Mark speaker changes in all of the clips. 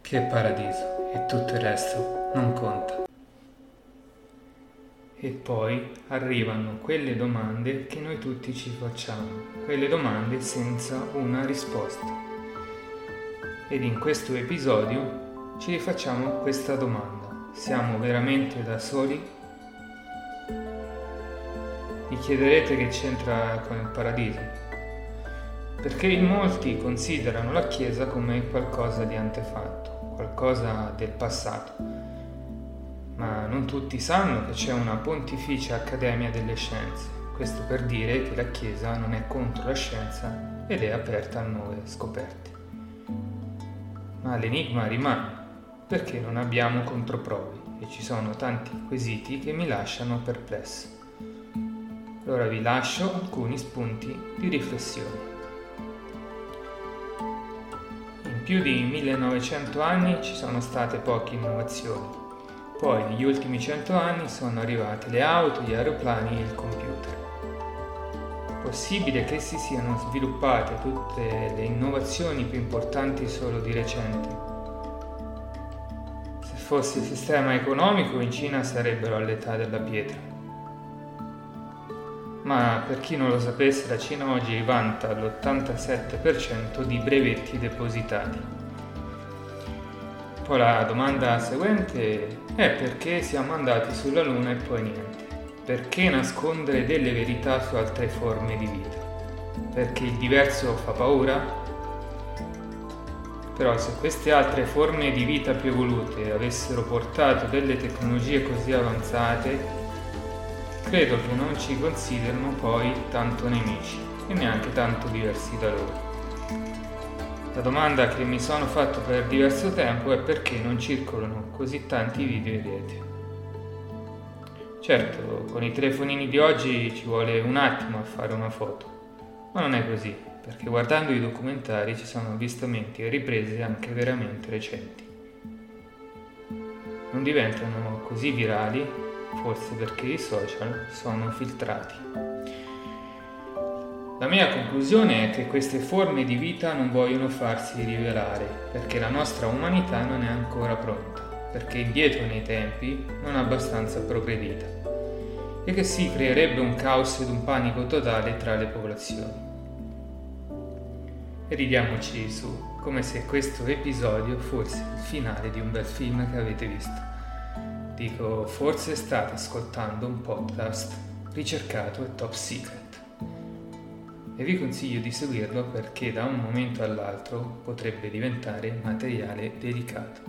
Speaker 1: Che paradiso, e tutto il resto non conta. E poi arrivano quelle domande che noi tutti ci facciamo, quelle domande senza una risposta. Ed in questo episodio ci rifacciamo questa domanda: siamo veramente da soli? Vi chiederete che c'entra con il paradiso? Perché in molti considerano la Chiesa come qualcosa di antefatto, qualcosa del passato, ma non tutti sanno che c'è una Pontificia Accademia delle Scienze, questo per dire che la Chiesa non è contro la scienza ed è aperta a nuove scoperte. Ma l'enigma rimane, perché non abbiamo controprove e ci sono tanti quesiti che mi lasciano perplesso. Allora vi lascio alcuni spunti di riflessione. In più di 1900 anni ci sono state poche innovazioni, poi negli ultimi 100 anni sono arrivate le auto, gli aeroplani e il computer. Possibile che si siano sviluppate tutte le innovazioni più importanti solo di recente? Se fosse il sistema economico, in Cina sarebbero all'età della pietra. Ma per chi non lo sapesse, la Cina oggi vanta l'87% di brevetti depositati. Poi la domanda seguente è: perché siamo andati sulla Luna e poi niente? Perché nascondere delle verità su altre forme di vita? Perché il diverso fa paura? Però se queste altre forme di vita più evolute avessero portato delle tecnologie così avanzate, credo che non ci considerino poi tanto nemici e neanche tanto diversi da loro. La domanda che mi sono fatto per diverso tempo è: perché non circolano così tanti video in rete? Certo, con i telefonini di oggi ci vuole un attimo a fare una foto, ma non è così, perché guardando i documentari ci sono avvistamenti e riprese anche veramente recenti. Non diventano così virali, forse perché i social sono filtrati. La mia conclusione è che queste forme di vita non vogliono farsi rivelare, perché la nostra umanità non è ancora pronta, perché indietro nei tempi non è abbastanza progredita, e che si creerebbe un caos ed un panico totale tra le popolazioni. E ridiamoci su, come se questo episodio fosse il finale di un bel film che avete visto. Dico, forse state ascoltando un podcast ricercato e top secret. E vi consiglio di seguirlo perché da un momento all'altro potrebbe diventare materiale delicato.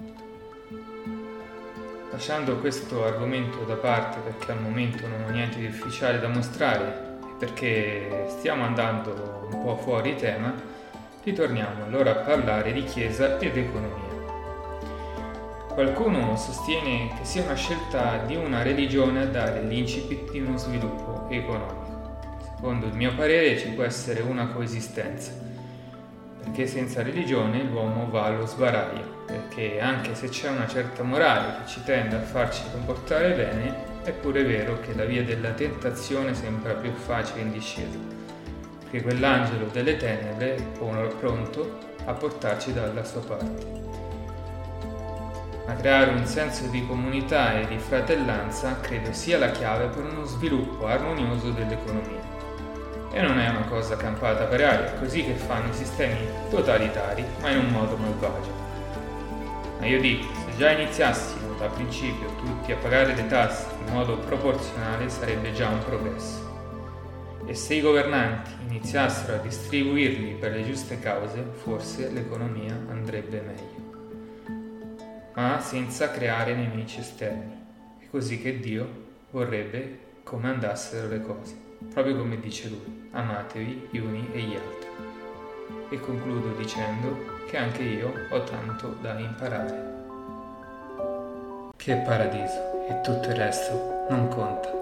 Speaker 1: Lasciando questo argomento da parte perché al momento non ho niente di ufficiale da mostrare e perché stiamo andando un po' fuori tema, ritorniamo allora a parlare di Chiesa ed economia. Qualcuno sostiene che sia una scelta di una religione a dare l'incipit di uno sviluppo economico. Secondo il mio parere ci può essere una coesistenza, perché senza religione l'uomo va allo sbaraglio, perché anche se c'è una certa morale che ci tende a farci comportare bene, è pure vero che la via della tentazione sembra più facile in discesa, perché quell'angelo delle tenebre è pronto a portarci dalla sua parte. Ma creare un senso di comunità e di fratellanza credo sia la chiave per uno sviluppo armonioso dell'economia. E non è una cosa campata per aria, è così che fanno i sistemi totalitari, ma in un modo malvagio. Ma io dico, se già iniziassimo da principio tutti a pagare le tasse in modo proporzionale sarebbe già un progresso. E se i governanti iniziassero a distribuirli per le giuste cause, forse l'economia andrebbe meglio. Ma senza creare nemici esterni. È così che Dio vorrebbe come andassero le cose, proprio come dice Lui: amatevi gli uni e gli altri. E concludo dicendo che anche io ho tanto da imparare. Che paradiso, e tutto il resto non conta.